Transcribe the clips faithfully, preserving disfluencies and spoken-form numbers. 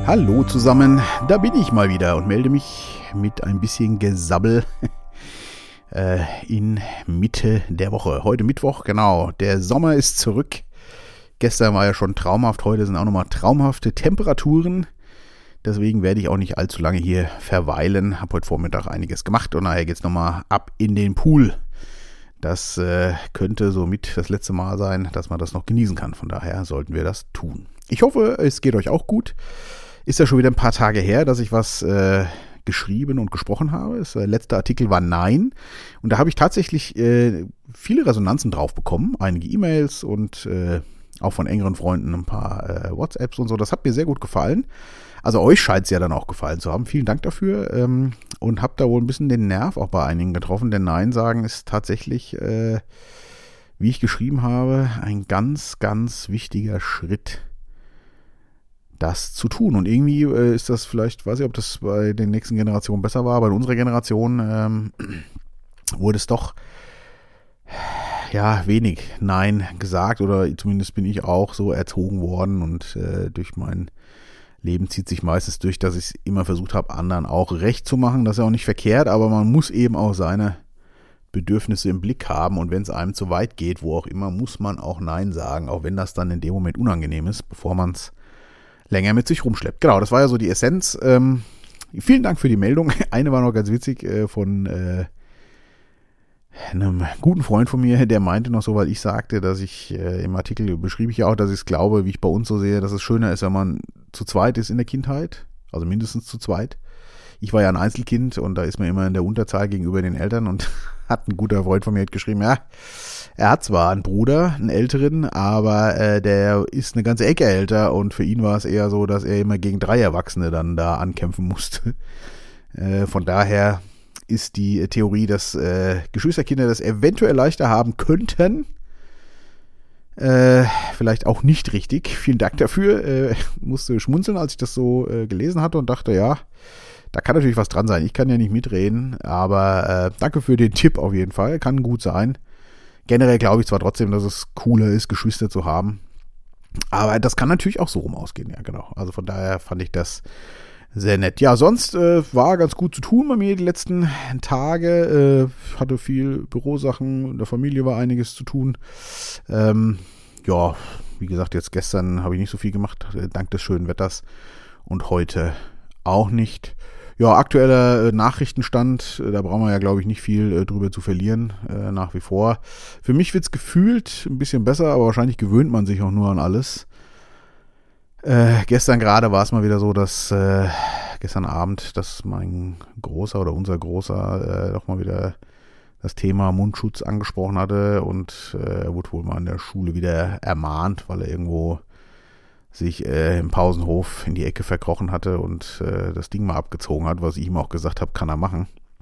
Hallo zusammen, da bin ich mal wieder und melde mich mit ein bisschen Gesabbel äh, in Mitte der Woche. Heute Mittwoch, genau, der Sommer ist zurück. Gestern war ja schon traumhaft, heute sind auch nochmal traumhafte Temperaturen. Deswegen werde ich auch nicht allzu lange hier verweilen. Habe heute Vormittag einiges gemacht und nachher geht es nochmal ab in den Pool. Das äh, könnte somit das letzte Mal sein, dass man das noch genießen kann. Von daher sollten wir das tun. Ich hoffe, es geht euch auch gut. Ist ja schon wieder ein paar Tage her, dass ich was äh, geschrieben und gesprochen habe. Das äh, letzte Artikel war Nein. Und da habe ich tatsächlich äh, viele Resonanzen drauf bekommen. Einige E-Mails und äh, auch von engeren Freunden ein paar äh, WhatsApps und so. Das hat mir sehr gut gefallen. Also euch scheint es ja dann auch gefallen zu haben. Vielen Dank dafür. Ähm, und habe da wohl ein bisschen den Nerv auch bei einigen getroffen. Denn Nein sagen ist tatsächlich, äh, wie ich geschrieben habe, ein ganz, ganz wichtiger Schritt, das zu tun. Und irgendwie äh, ist das vielleicht, weiß ich, ob das bei den nächsten Generationen besser war, aber in unserer Generation ähm, wurde es doch ja wenig Nein gesagt, oder zumindest bin ich auch so erzogen worden und äh, durch mein Leben zieht sich meistens durch, dass ich immer versucht habe, anderen auch recht zu machen. Das ist ja auch nicht verkehrt, aber man muss eben auch seine Bedürfnisse im Blick haben, und wenn es einem zu weit geht, wo auch immer, muss man auch Nein sagen, auch wenn das dann in dem Moment unangenehm ist, bevor man es länger mit sich rumschleppt. Genau, das war ja so die Essenz. Ähm, vielen Dank für die Meldung. Eine war noch ganz witzig äh, von äh, einem guten Freund von mir, der meinte noch so, weil ich sagte, dass ich äh, im Artikel beschrieb ich ja auch, dass ich es glaube, wie ich bei uns so sehe, dass es schöner ist, wenn man zu zweit ist in der Kindheit, also mindestens zu zweit. Ich war ja ein Einzelkind und da ist man immer in der Unterzahl gegenüber den Eltern, und hat ein guter Freund von mir geschrieben, ja, er hat zwar einen Bruder, einen älteren, aber äh, der ist eine ganze Ecke älter, und für ihn war es eher so, dass er immer gegen drei Erwachsene dann da ankämpfen musste. Äh, von daher ist die Theorie, dass äh, Geschwisterkinder das eventuell leichter haben könnten, äh, vielleicht auch nicht richtig. Vielen Dank dafür. Äh, musste schmunzeln, als ich das so äh, gelesen hatte, und dachte, ja, da kann natürlich was dran sein. Ich kann ja nicht mitreden, aber äh, danke für den Tipp auf jeden Fall. Kann gut sein. Generell glaube ich zwar trotzdem, dass es cooler ist, Geschwister zu haben, aber das kann natürlich auch so rum ausgehen. Ja, genau. Also von daher fand ich das sehr nett. Ja, sonst äh, war ganz gut zu tun bei mir die letzten Tage. Äh, hatte viel Bürosachen, in der Familie war einiges zu tun. Ähm, ja, wie gesagt, jetzt gestern habe ich nicht so viel gemacht, äh, dank des schönen Wetters, und heute auch nicht. Ja, aktueller äh, Nachrichtenstand, äh, da brauchen wir ja, glaube ich, nicht viel äh, drüber zu verlieren, äh, nach wie vor. Für mich wird es gefühlt ein bisschen besser, aber wahrscheinlich gewöhnt man sich auch nur an alles. Äh, gestern gerade war es mal wieder so, dass äh, gestern Abend, dass mein Großer oder unser Großer äh, doch mal wieder das Thema Mundschutz angesprochen hatte, und äh, er wurde wohl mal in der Schule wieder ermahnt, weil er irgendwo sich äh, im Pausenhof in die Ecke verkrochen hatte und äh, das Ding mal abgezogen hat, was ich ihm auch gesagt habe, kann er machen.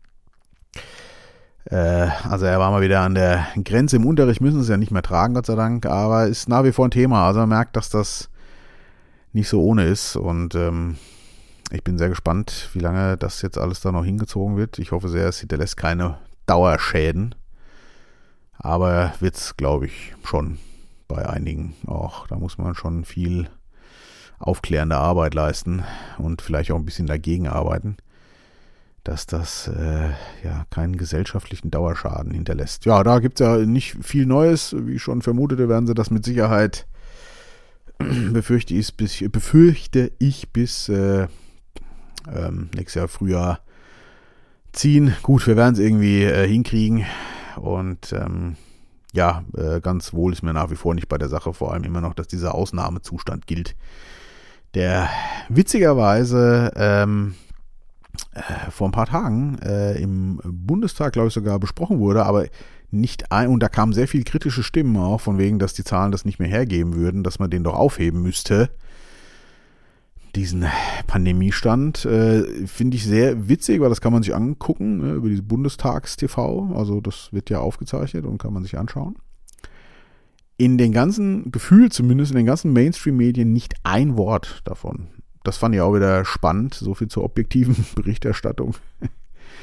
Äh, also er war mal wieder an der Grenze im Unterricht, müssen es ja nicht mehr tragen, Gott sei Dank, aber ist nach wie vor ein Thema. Also man merkt, dass das nicht so ohne ist, und ähm, ich bin sehr gespannt, wie lange das jetzt alles da noch hingezogen wird. Ich hoffe sehr, es hinterlässt keine Dauerschäden, aber wird es, glaube ich, schon bei einigen auch. Da muss man schon viel aufklärende Arbeit leisten und vielleicht auch ein bisschen dagegen arbeiten, dass das äh, ja keinen gesellschaftlichen Dauerschaden hinterlässt. Ja, da gibt es ja nicht viel Neues. Wie ich schon vermutete, werden sie das mit Sicherheit befürchte ich bis, befürchte ich bis äh, ähm, nächstes Jahr Frühjahr ziehen. Gut, wir werden es irgendwie äh, hinkriegen, und ähm, ja, äh, ganz wohl ist mir nach wie vor nicht bei der Sache, vor allem immer noch, dass dieser Ausnahmezustand gilt, der witzigerweise ähm, äh, vor ein paar Tagen äh, im Bundestag, glaube ich, sogar besprochen wurde, aber nicht ein, und da kamen sehr viele kritische Stimmen auch, von wegen, dass die Zahlen das nicht mehr hergeben würden, dass man den doch aufheben müsste, diesen Pandemiestand. Äh, finde ich sehr witzig, weil das kann man sich angucken, ne, über die Bundestags-T V, also das wird ja aufgezeichnet und kann man sich anschauen. In den ganzen, Gefühl zumindest, in den ganzen Mainstream-Medien nicht ein Wort davon. Das fand ich auch wieder spannend, so viel zur objektiven Berichterstattung.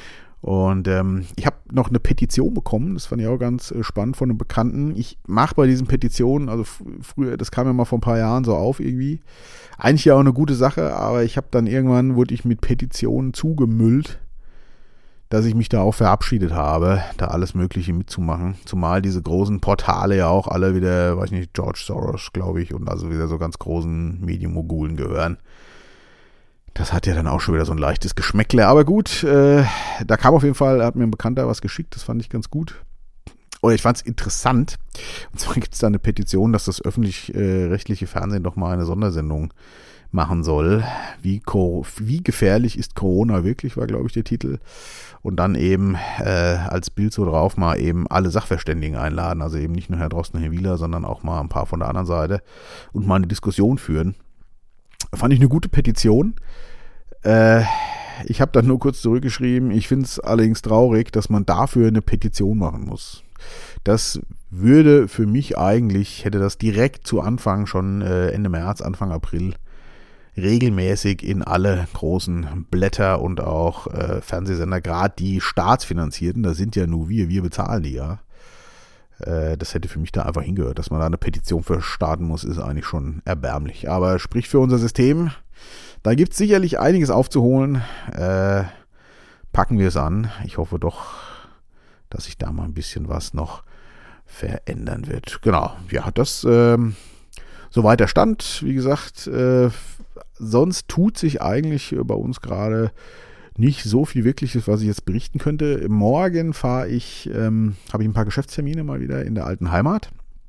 Und ähm, ich habe noch eine Petition bekommen, das fand ich auch ganz äh, spannend von einem Bekannten. Ich mache bei diesen Petitionen, also f- früher, das kam ja mal vor ein paar Jahren so auf irgendwie, eigentlich ja auch eine gute Sache, aber ich habe dann irgendwann, wurde ich mit Petitionen zugemüllt, dass ich mich da auch verabschiedet habe, da alles Mögliche mitzumachen. Zumal diese großen Portale ja auch alle wieder, weiß nicht, George Soros, glaube ich, und also wieder so ganz großen Medienmogulen gehören. Das hat ja dann auch schon wieder so ein leichtes Geschmäckle. Aber gut, äh, da kam auf jeden Fall, hat mir ein Bekannter was geschickt, das fand ich ganz gut. Oder ich fand es interessant. Und zwar gibt es da eine Petition, dass das öffentlich-rechtliche Fernsehen doch mal eine Sondersendung machen soll. Wie, wie gefährlich ist Corona wirklich, war glaube ich der Titel. Und dann eben äh, als Bild so drauf mal eben alle Sachverständigen einladen. Also eben nicht nur Herr Drosten und Herr Wieler, sondern auch mal ein paar von der anderen Seite. Und mal eine Diskussion führen. Fand ich eine gute Petition. Äh, ich habe dann nur kurz zurückgeschrieben, ich finde es allerdings traurig, dass man dafür eine Petition machen muss. Das würde für mich eigentlich, hätte das direkt zu Anfang, schon äh, Ende März, Anfang April, regelmäßig in alle großen Blätter und auch äh, Fernsehsender, gerade die staatsfinanzierten, da sind ja nur wir, wir bezahlen die ja. Das hätte für mich da einfach hingehört. Dass man da eine Petition für starten muss, ist eigentlich schon erbärmlich. Aber sprich für unser System, da gibt es sicherlich einiges aufzuholen. Äh, packen wir es an. Ich hoffe doch, dass sich da mal ein bisschen was noch verändern wird. Genau, ja, das ähm, soweit der Stand. Wie gesagt, äh, sonst tut sich eigentlich bei uns gerade nicht so viel Wirkliches, was ich jetzt berichten könnte. Morgen fahre ich, ähm, habe ich ein paar Geschäftstermine mal wieder in der alten Heimat.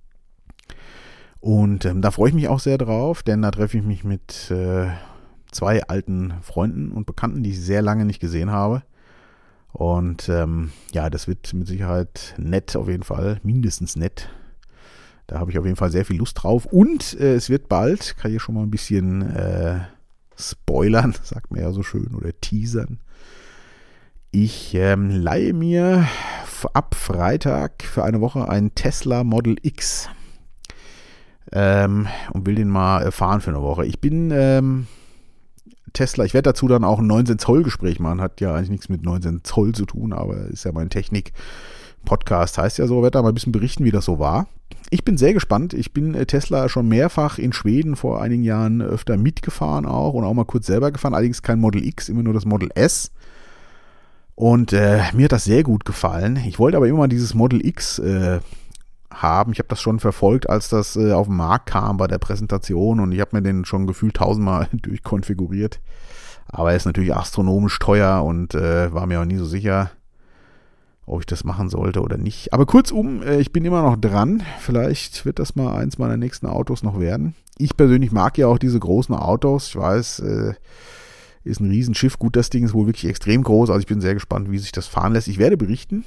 Und ähm, da freue ich mich auch sehr drauf, denn da treffe ich mich mit äh, zwei alten Freunden und Bekannten, die ich sehr lange nicht gesehen habe. Und ähm, ja, das wird mit Sicherheit nett auf jeden Fall, mindestens nett. Da habe ich auf jeden Fall sehr viel Lust drauf. Und äh, es wird bald, kann ich schon mal ein bisschen äh, spoilern, sagt man ja so schön, oder teasern. Ich ähm, leihe mir ab Freitag für eine Woche einen Tesla Model X ähm, und will den mal fahren für eine Woche. Ich bin ähm, Tesla, ich werde dazu dann auch ein neunzehn Zoll Gespräch machen, hat ja eigentlich nichts mit neunzehn Zoll zu tun, aber ist ja mein Technik-Podcast, heißt ja so, werde da mal ein bisschen berichten, wie das so war. Ich bin sehr gespannt. Ich bin Tesla schon mehrfach in Schweden vor einigen Jahren öfter mitgefahren auch und auch mal kurz selber gefahren. Allerdings kein Model X, immer nur das Model S. Und äh, mir hat das sehr gut gefallen. Ich wollte aber immer mal dieses Model X äh, haben. Ich habe das schon verfolgt, als das äh, auf den Markt kam bei der Präsentation und ich habe mir den schon gefühlt tausendmal durchkonfiguriert. Aber er ist natürlich astronomisch teuer und äh, war mir auch nie so sicher, ob ich das machen sollte oder nicht. Aber kurzum, ich bin immer noch dran. Vielleicht wird das mal eins meiner nächsten Autos noch werden. Ich persönlich mag ja auch diese großen Autos. Ich weiß, ist ein Riesenschiff. Gut, das Ding ist wohl wirklich extrem groß. Also ich bin sehr gespannt, wie sich das fahren lässt. Ich werde berichten.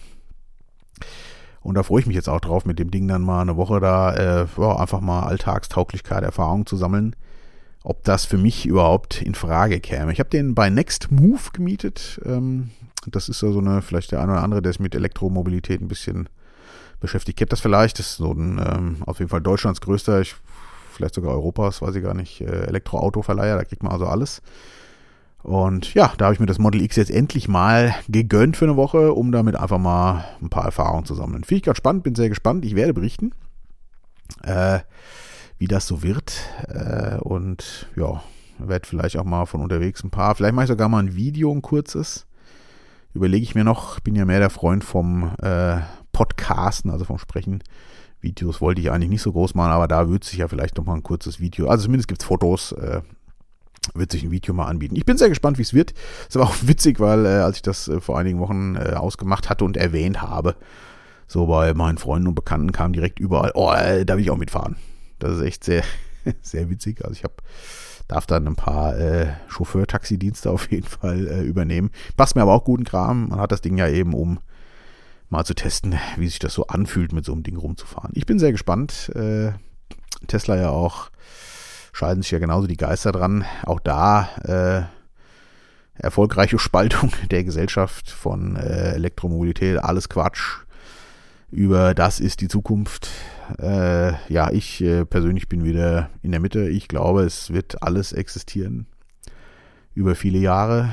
Und da freue ich mich jetzt auch drauf, mit dem Ding dann mal eine Woche da äh, ja, einfach mal Alltagstauglichkeit, Erfahrung zu sammeln. Ob das für mich überhaupt in Frage käme. Ich habe den bei Next Move gemietet. Ähm, Das ist ja so eine, vielleicht der eine oder andere, der sich mit Elektromobilität ein bisschen beschäftigt. Kennt das vielleicht? Das ist so ein, ähm, auf jeden Fall Deutschlands größter, ich, vielleicht sogar Europas, weiß ich gar nicht, äh, Elektroautoverleiher, da kriegt man also alles. Und ja, da habe ich mir das Model X jetzt endlich mal gegönnt für eine Woche, um damit einfach mal ein paar Erfahrungen zu sammeln. Finde ich ganz spannend, bin sehr gespannt. Ich werde berichten, äh, wie das so wird. Äh, und ja, werde vielleicht auch mal von unterwegs ein paar, vielleicht mache ich sogar mal ein Video, ein kurzes. Überlege ich mir noch, bin ja mehr der Freund vom äh, Podcasten, also vom Sprechen. Videos wollte ich eigentlich nicht so groß machen, aber da wird sich ja vielleicht noch mal ein kurzes Video, also zumindest gibt es Fotos, äh, wird sich ein Video mal anbieten. Ich bin sehr gespannt, wie es wird. Ist aber auch witzig, weil äh, als ich das äh, vor einigen Wochen äh, ausgemacht hatte und erwähnt habe, so bei meinen Freunden und Bekannten kam direkt überall, oh, äh, da will ich auch mitfahren. Das ist echt sehr, sehr witzig. Also ich habe darf dann ein paar äh, Chauffeur-Taxidienste auf jeden Fall äh, übernehmen. Passt mir aber auch guten Kram. Man hat das Ding ja eben, um mal zu testen, wie sich das so anfühlt, mit so einem Ding rumzufahren. Ich bin sehr gespannt. Äh, Tesla ja auch, scheiden sich ja genauso die Geister dran. Auch da äh, erfolgreiche Spaltung der Gesellschaft von äh, Elektromobilität, alles Quatsch. Über das ist die Zukunft. Äh, ja, ich äh, persönlich bin wieder in der Mitte. Ich glaube, es wird alles existieren über viele Jahre.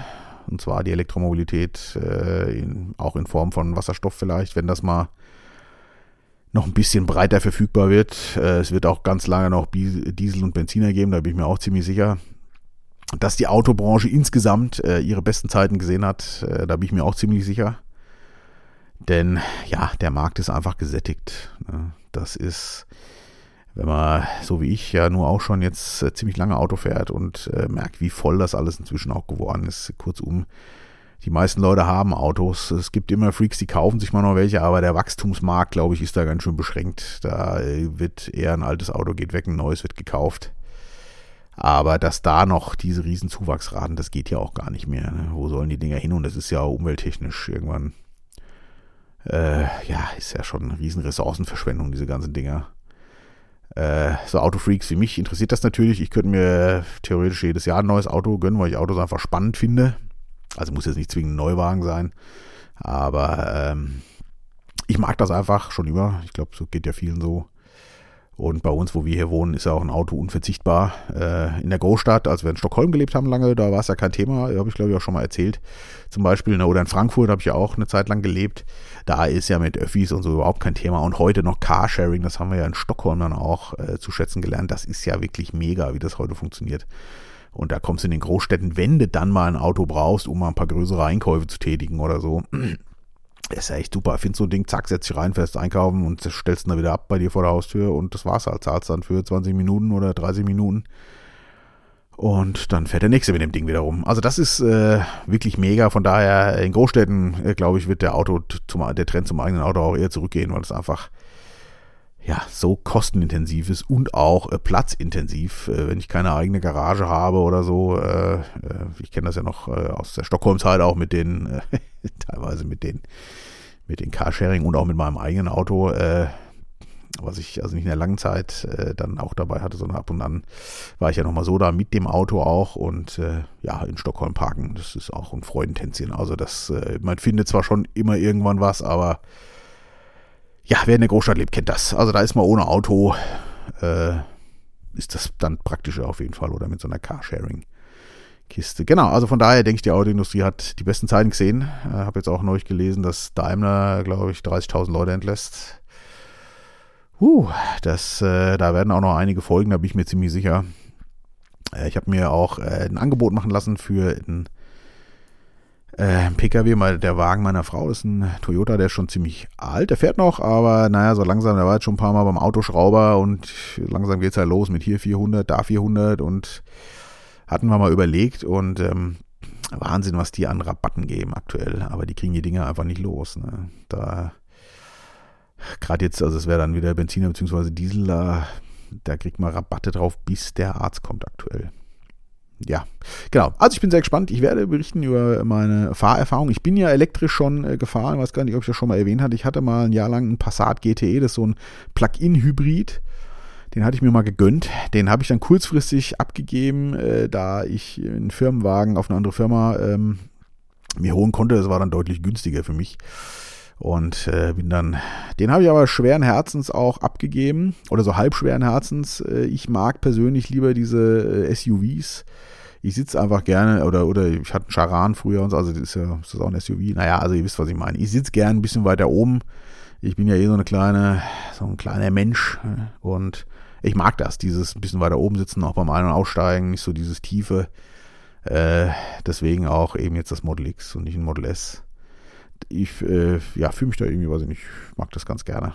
und zwar die Elektromobilität, äh, in, auch in Form von Wasserstoff vielleicht, wenn das mal noch ein bisschen breiter verfügbar wird. Äh, es wird auch ganz lange noch Diesel und Benziner geben, da bin ich mir auch ziemlich sicher. Dass die Autobranche insgesamt äh, ihre besten Zeiten gesehen hat, äh, da bin ich mir auch ziemlich sicher. Denn ja, der Markt ist einfach gesättigt. Ne? Das ist, wenn man, so wie ich, ja nur auch schon jetzt äh, ziemlich lange Auto fährt und äh, merkt, wie voll das alles inzwischen auch geworden ist. Kurzum, die meisten Leute haben Autos. Es gibt immer Freaks, die kaufen sich mal noch welche, aber der Wachstumsmarkt, glaube ich, ist da ganz schön beschränkt. Da äh, wird eher ein altes Auto geht weg, ein neues wird gekauft. Aber dass da noch diese riesen Zuwachsraten, das geht ja auch gar nicht mehr. Ne? Wo sollen die Dinger hin? Und das ist ja auch umwelttechnisch irgendwann, äh, ja, ist ja schon eine riesen Ressourcenverschwendung, diese ganzen Dinger. Äh, so Autofreaks wie mich interessiert das natürlich. Ich könnte mir theoretisch jedes Jahr ein neues Auto gönnen, weil ich Autos einfach spannend finde. Also muss jetzt nicht zwingend ein Neuwagen sein. Aber ähm, ich mag das einfach schon immer. Ich glaube, so geht ja vielen so. Und bei uns, wo wir hier wohnen, ist ja auch ein Auto unverzichtbar. Äh, in der Großstadt, als wir in Stockholm gelebt haben lange, da war es ja kein Thema, habe ich glaube ich auch schon mal erzählt. Zum Beispiel, ne, oder in Frankfurt habe ich ja auch eine Zeit lang gelebt. Da ist ja mit Öffis und so überhaupt kein Thema. Und heute noch Carsharing, das haben wir ja in Stockholm dann auch äh, zu schätzen gelernt. Das ist ja wirklich mega, wie das heute funktioniert. Und da kommst du in den Großstädten, wenn du dann mal ein Auto brauchst, um mal ein paar größere Einkäufe zu tätigen oder so. Das ist ja echt super. Findest so ein Ding, zack, setzt dich rein, fährst einkaufen und stellst ihn dann wieder ab bei dir vor der Haustür und das war's halt. Zahlst dann für zwanzig Minuten oder dreißig Minuten und dann fährt der Nächste mit dem Ding wieder rum. Also das ist äh, wirklich mega. Von daher in Großstädten, äh, glaube ich, wird der Auto zum, der Trend zum eigenen Auto auch eher zurückgehen, weil es einfach ja so kostenintensiv ist und auch äh, platzintensiv. Äh, wenn ich keine eigene Garage habe oder so, äh, äh, ich kenne das ja noch äh, aus der Stockholm-Zeit auch mit den, äh, teilweise mit den, mit den Carsharing und auch mit meinem eigenen Auto, äh, was ich also nicht in der langen Zeit äh, dann auch dabei hatte, sondern ab und an war ich ja nochmal so da mit dem Auto auch und äh, ja, in Stockholm parken, das ist auch ein Freudentänzchen. Also das, äh, man findet zwar schon immer irgendwann was, aber ja, wer in der Großstadt lebt, kennt das. Also da ist man ohne Auto, äh, ist das dann praktischer auf jeden Fall oder mit so einer Carsharing-Kiste. Genau, also von daher denke ich, die Autoindustrie hat die besten Zeiten gesehen. Ich äh, habe jetzt auch neulich gelesen, dass Daimler, glaube ich, dreißigtausend Leute entlässt. Uh, das, äh, da werden auch noch einige folgen, da bin ich mir ziemlich sicher. Äh, ich habe mir auch äh, ein Angebot machen lassen für ein Äh, P K W, mal der Wagen meiner Frau, das ist ein Toyota, der ist schon ziemlich alt, der fährt noch, aber naja, so langsam, der war jetzt schon ein paar Mal beim Autoschrauber und langsam geht's halt los mit hier vierhundert, da vierhundert und hatten wir mal überlegt und ähm, Wahnsinn, was die an Rabatten geben aktuell, aber die kriegen die Dinger einfach nicht los, ne? Da, gerade jetzt, also es wäre dann wieder Benziner bzw. Diesel, da, da kriegt man Rabatte drauf, bis der Arzt kommt aktuell. Ja, genau. Also ich bin sehr gespannt. Ich werde berichten über meine Fahrerfahrung. Ich bin ja elektrisch schon äh, gefahren. Ich weiß gar nicht, ob ich das schon mal erwähnt hatte. Ich hatte mal ein Jahr lang einen Passat G T E. Das ist so ein Plug-in-Hybrid. Den hatte ich mir mal gegönnt. Den habe ich dann kurzfristig abgegeben, äh, da ich einen Firmenwagen auf eine andere Firma ähm, mir holen konnte. Das war dann deutlich günstiger für mich. Und äh, bin dann, den habe ich aber schweren Herzens auch abgegeben. Oder so halb schweren Herzens. Äh, ich mag persönlich lieber diese äh, S U Vs. Ich sitze einfach gerne, oder oder ich hatte einen Charan früher und so, also das ist ja ist das auch ein S U V. Naja, also ihr wisst, was ich meine. Ich sitze gerne ein bisschen weiter oben. Ich bin ja eh so eine kleine, so ein kleiner Mensch und ich mag das, dieses ein bisschen weiter oben sitzen, auch beim Ein- und Aussteigen, nicht so dieses Tiefe. Äh, deswegen auch eben jetzt das Model X und nicht ein Model S. Ich äh, ja, fühle mich da irgendwie, weiß ich nicht, mag das ganz gerne.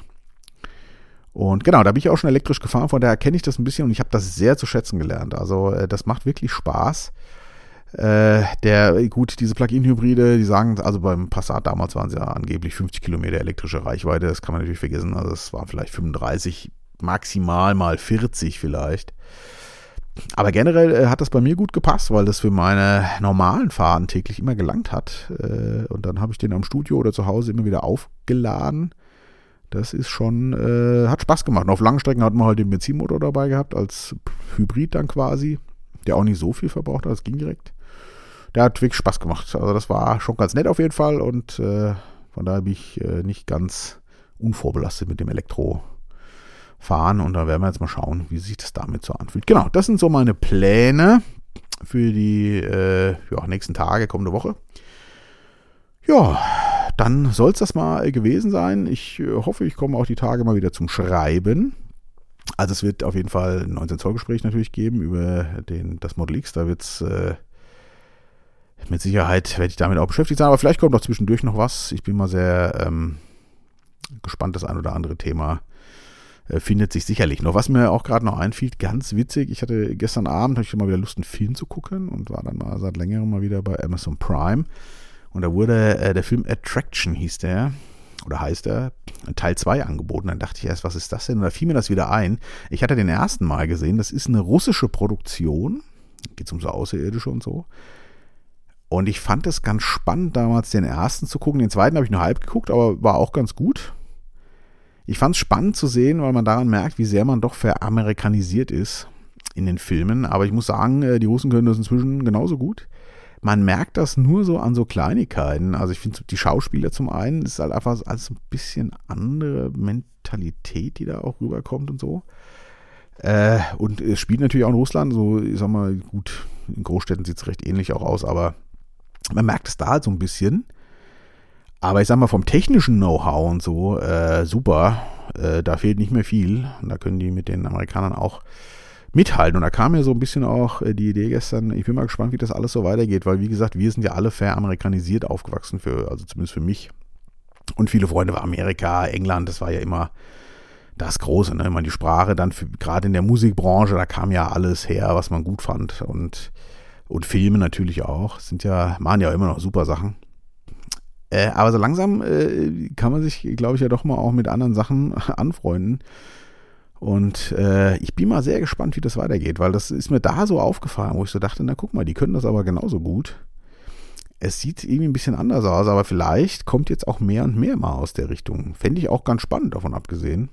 Und genau, da bin ich auch schon elektrisch gefahren, von daher kenne ich das ein bisschen und ich habe das sehr zu schätzen gelernt. Also äh, das macht wirklich Spaß. Äh, der, gut, diese Plug-in-Hybride, die sagen, also beim Passat damals waren es ja angeblich fünfzig Kilometer elektrische Reichweite, das kann man natürlich vergessen, also es waren vielleicht fünfunddreißig, maximal mal vierzig vielleicht. Aber generell äh, hat das bei mir gut gepasst, weil das für meine normalen Fahrten täglich immer gelangt hat. Äh, und dann habe ich den am Studio oder zu Hause immer wieder aufgeladen. Das ist schon, äh, hat Spaß gemacht. Und auf langen Strecken hat man halt den Benzinmotor dabei gehabt, als Hybrid dann quasi, der auch nicht so viel verbraucht hat, das ging direkt. Der hat wirklich Spaß gemacht. Also das war schon ganz nett auf jeden Fall und äh, von daher bin ich äh, nicht ganz unvorbelastet mit dem Elektrofahren und da werden wir jetzt mal schauen, wie sich das damit so anfühlt. Genau, das sind so meine Pläne. für die äh, ja, nächsten Tage, kommende Woche. Ja, dann soll es das mal gewesen sein. Ich äh, hoffe, ich komme auch die Tage mal wieder zum Schreiben. Also es wird auf jeden Fall ein neunzehn Zoll Gespräch natürlich geben über den, das Model X. Da wird es äh, mit Sicherheit, werde ich damit auch beschäftigt sein. Aber vielleicht kommt auch zwischendurch noch was. Ich bin mal sehr ähm, gespannt. Das ein oder andere Thema äh, findet sich sicherlich noch. Was mir auch gerade noch einfiel, ganz witzig. Ich hatte gestern Abend, hatte ich mal wieder Lust, einen Film zu gucken und war dann mal seit längerem mal wieder bei Amazon Prime. Und da wurde äh, der Film Attraction, hieß der, oder heißt er, Teil zwei angeboten. Dann dachte ich erst, was ist das denn? Und da fiel mir das wieder ein. Ich hatte den ersten Mal gesehen, das ist eine russische Produktion. Geht es um so Außerirdische und so. Und ich fand es ganz spannend, damals den ersten zu gucken. Den zweiten habe ich nur halb geguckt, aber war auch ganz gut. Ich fand es spannend zu sehen, weil man daran merkt, wie sehr man doch veramerikanisiert ist in den Filmen. Aber ich muss sagen, die Russen können das inzwischen genauso gut. Man merkt das nur so an so Kleinigkeiten. Also ich finde, die Schauspieler zum einen, ist halt einfach alles ein bisschen andere Mentalität, die da auch rüberkommt und so. Äh, und es spielt natürlich auch in Russland, so, ich sag mal, gut, in Großstädten sieht es recht ähnlich auch aus, aber man merkt es da halt so ein bisschen. Aber ich sag mal, vom technischen Know-how und so, äh, super, äh, da fehlt nicht mehr viel. Und da können die mit den Amerikanern auch mithalten. Und da kam mir so ein bisschen auch die Idee gestern, ich bin mal gespannt, wie das alles so weitergeht, weil wie gesagt, wir sind ja alle veramerikanisiert aufgewachsen, für, also zumindest für mich. Und viele Freunde war Amerika, England, das war ja immer das Große, ne? Ich meine, die Sprache dann, für, gerade in der Musikbranche, da kam ja alles her, was man gut fand. Und, und Filme natürlich auch, sind ja, machen ja immer noch super Sachen. Äh, aber so langsam äh, kann man sich, glaube ich, ja doch mal auch mit anderen Sachen anfreunden. Und äh, ich bin mal sehr gespannt, wie das weitergeht, weil das ist mir da so aufgefallen, wo ich so dachte, na guck mal, die können das aber genauso gut. Es sieht irgendwie ein bisschen anders aus, aber vielleicht kommt jetzt auch mehr und mehr mal aus der Richtung. Fände ich auch ganz spannend, davon abgesehen.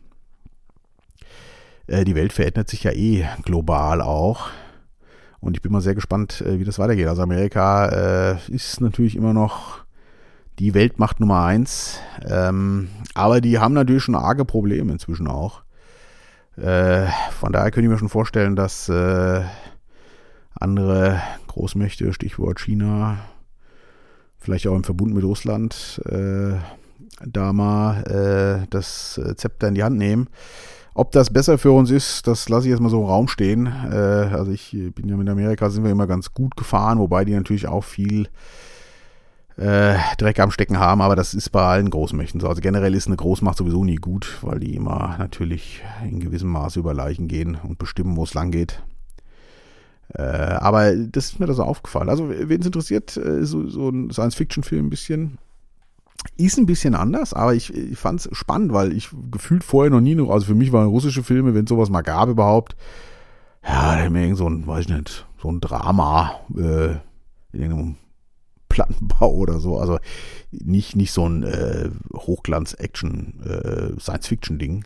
Äh, die Welt verändert sich ja eh global auch. Und ich bin mal sehr gespannt, äh, wie das weitergeht. Also Amerika äh, ist natürlich immer noch die Weltmacht Nummer eins. Ähm, aber die haben natürlich schon arge Probleme inzwischen auch. Äh, von daher könnte ich mir schon vorstellen, dass äh, andere Großmächte, Stichwort China, vielleicht auch im Verbund mit Russland, äh, da mal äh, das Zepter in die Hand nehmen. Ob das besser für uns ist, das lasse ich jetzt mal so im Raum stehen. Äh, also ich bin ja mit Amerika, sind wir immer ganz gut gefahren, wobei die natürlich auch viel Äh, Dreck am Stecken haben, aber das ist bei allen Großmächten so. Also generell ist eine Großmacht sowieso nie gut, weil die immer natürlich in gewissem Maße über Leichen gehen und bestimmen, wo es lang geht. Äh, aber das ist mir da so aufgefallen. Also wen es interessiert, äh, so, so ein Science-Fiction-Film ein bisschen, ist ein bisschen anders, aber ich, ich fand es spannend, weil ich gefühlt vorher noch nie noch, also für mich waren russische Filme, wenn es sowas mal gab überhaupt, ja, da hätte mir irgend so ein, weiß ich nicht, so ein Drama, äh, in irgendeinem Plattenbau oder so, also nicht, nicht so ein äh, Hochglanz-Action-Science-Fiction-Ding.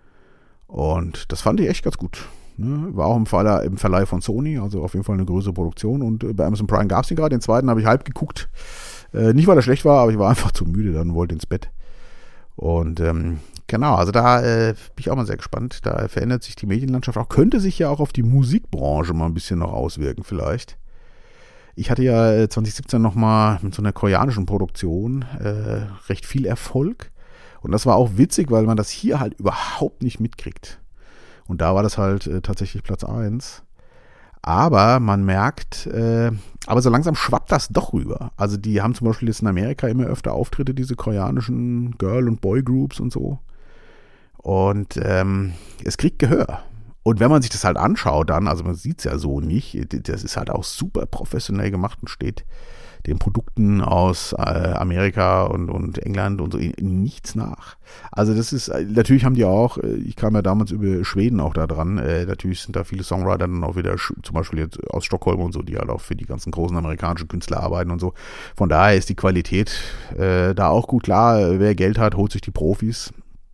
Und das fand ich echt ganz gut. Ne? War auch im, Verleih, im Verleih von Sony, also auf jeden Fall eine größere Produktion. Und äh, bei Amazon Prime gab es den gerade, den zweiten habe ich halb geguckt. Äh, nicht, weil er schlecht war, aber ich war einfach zu müde, dann wollte ins Bett. Und ähm, genau, also da äh, bin ich auch mal sehr gespannt. Da verändert sich die Medienlandschaft auch. Könnte sich ja auch auf die Musikbranche mal ein bisschen noch auswirken vielleicht. Ich hatte ja zwanzig siebzehn nochmal mit so einer koreanischen Produktion äh, recht viel Erfolg. Und das war auch witzig, weil man das hier halt überhaupt nicht mitkriegt. Und da war das halt äh, tatsächlich Platz eins. Aber man merkt, äh, aber so langsam schwappt das doch rüber. Also die haben zum Beispiel jetzt in Amerika immer öfter Auftritte, diese koreanischen Girl- und Boy-Groups und so. Und ähm, es kriegt Gehör. Und wenn man sich das halt anschaut dann, also man sieht es ja so nicht, das ist halt auch super professionell gemacht und steht den Produkten aus äh, Amerika und, und England und so in, in nichts nach. Also das ist, natürlich haben die auch, ich kam ja damals über Schweden auch da dran, äh, natürlich sind da viele Songwriter dann auch wieder, zum Beispiel jetzt aus Stockholm und so, die halt auch für die ganzen großen amerikanischen Künstler arbeiten und so. Von daher ist die Qualität äh, da auch gut. Klar, wer Geld hat, holt sich die Profis.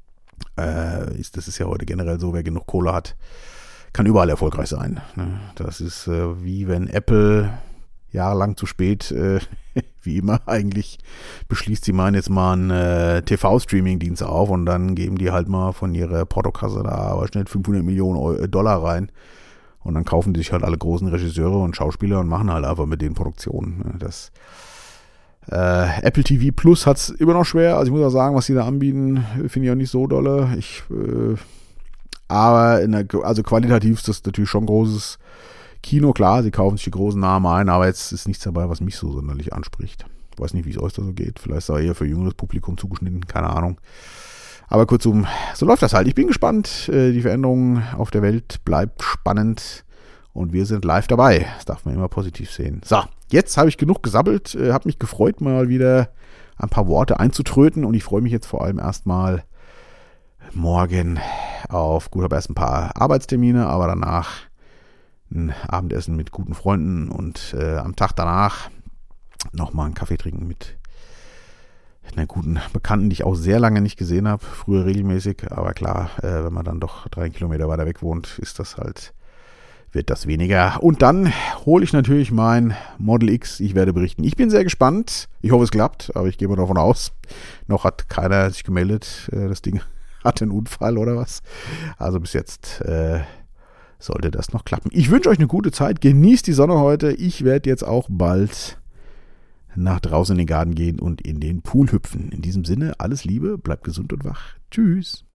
Äh, ist, das ist ja heute generell so, wer genug Kohle hat, kann überall erfolgreich sein. Ne? Das ist äh, wie wenn Apple jahrelang zu spät, äh, wie immer eigentlich, beschließt, sie meinen jetzt mal einen äh, T V-Streaming-Dienst auf und dann geben die halt mal von ihrer Portokasse da aber schnell fünfhundert Millionen Dollar rein. Und dann kaufen die sich halt alle großen Regisseure und Schauspieler und machen halt einfach mit den Produktionen. Das äh, Apple T V Plus hat es immer noch schwer. Also ich muss auch sagen, was die da anbieten, finde ich auch nicht so dolle. Ich, äh, aber in der, also qualitativ ist das natürlich schon ein großes Kino. Klar, sie kaufen sich die großen Namen ein, aber jetzt ist nichts dabei, was mich so sonderlich anspricht. Ich weiß nicht, wie es euch da so geht. Vielleicht ist es eher für jüngeres Publikum zugeschnitten, keine Ahnung. Aber kurzum, so läuft das halt. Ich bin gespannt. Die Veränderung auf der Welt bleibt spannend und wir sind live dabei. Das darf man immer positiv sehen. So, jetzt habe ich genug gesabbelt, habe mich gefreut, mal wieder ein paar Worte einzutröten und ich freue mich jetzt vor allem erstmal morgen auf, gut, habe erst ein paar Arbeitstermine, aber danach ein Abendessen mit guten Freunden und äh, am Tag danach nochmal einen Kaffee trinken mit einer guten Bekannten, die ich auch sehr lange nicht gesehen habe, früher regelmäßig, aber klar, äh, wenn man dann doch drei Kilometer weiter weg wohnt, ist das halt, wird das weniger. Und dann hole ich natürlich mein Model X, ich werde berichten. Ich bin sehr gespannt, ich hoffe es klappt, aber ich gehe mal davon aus, noch hat keiner sich gemeldet, äh, das Ding hat einen Unfall oder was, also bis jetzt äh, sollte das noch klappen. Ich wünsche euch eine gute Zeit, genießt die Sonne heute, ich werde jetzt auch bald nach draußen in den Garten gehen und in den Pool hüpfen. In diesem Sinne, alles Liebe, bleibt gesund und wach. Tschüss.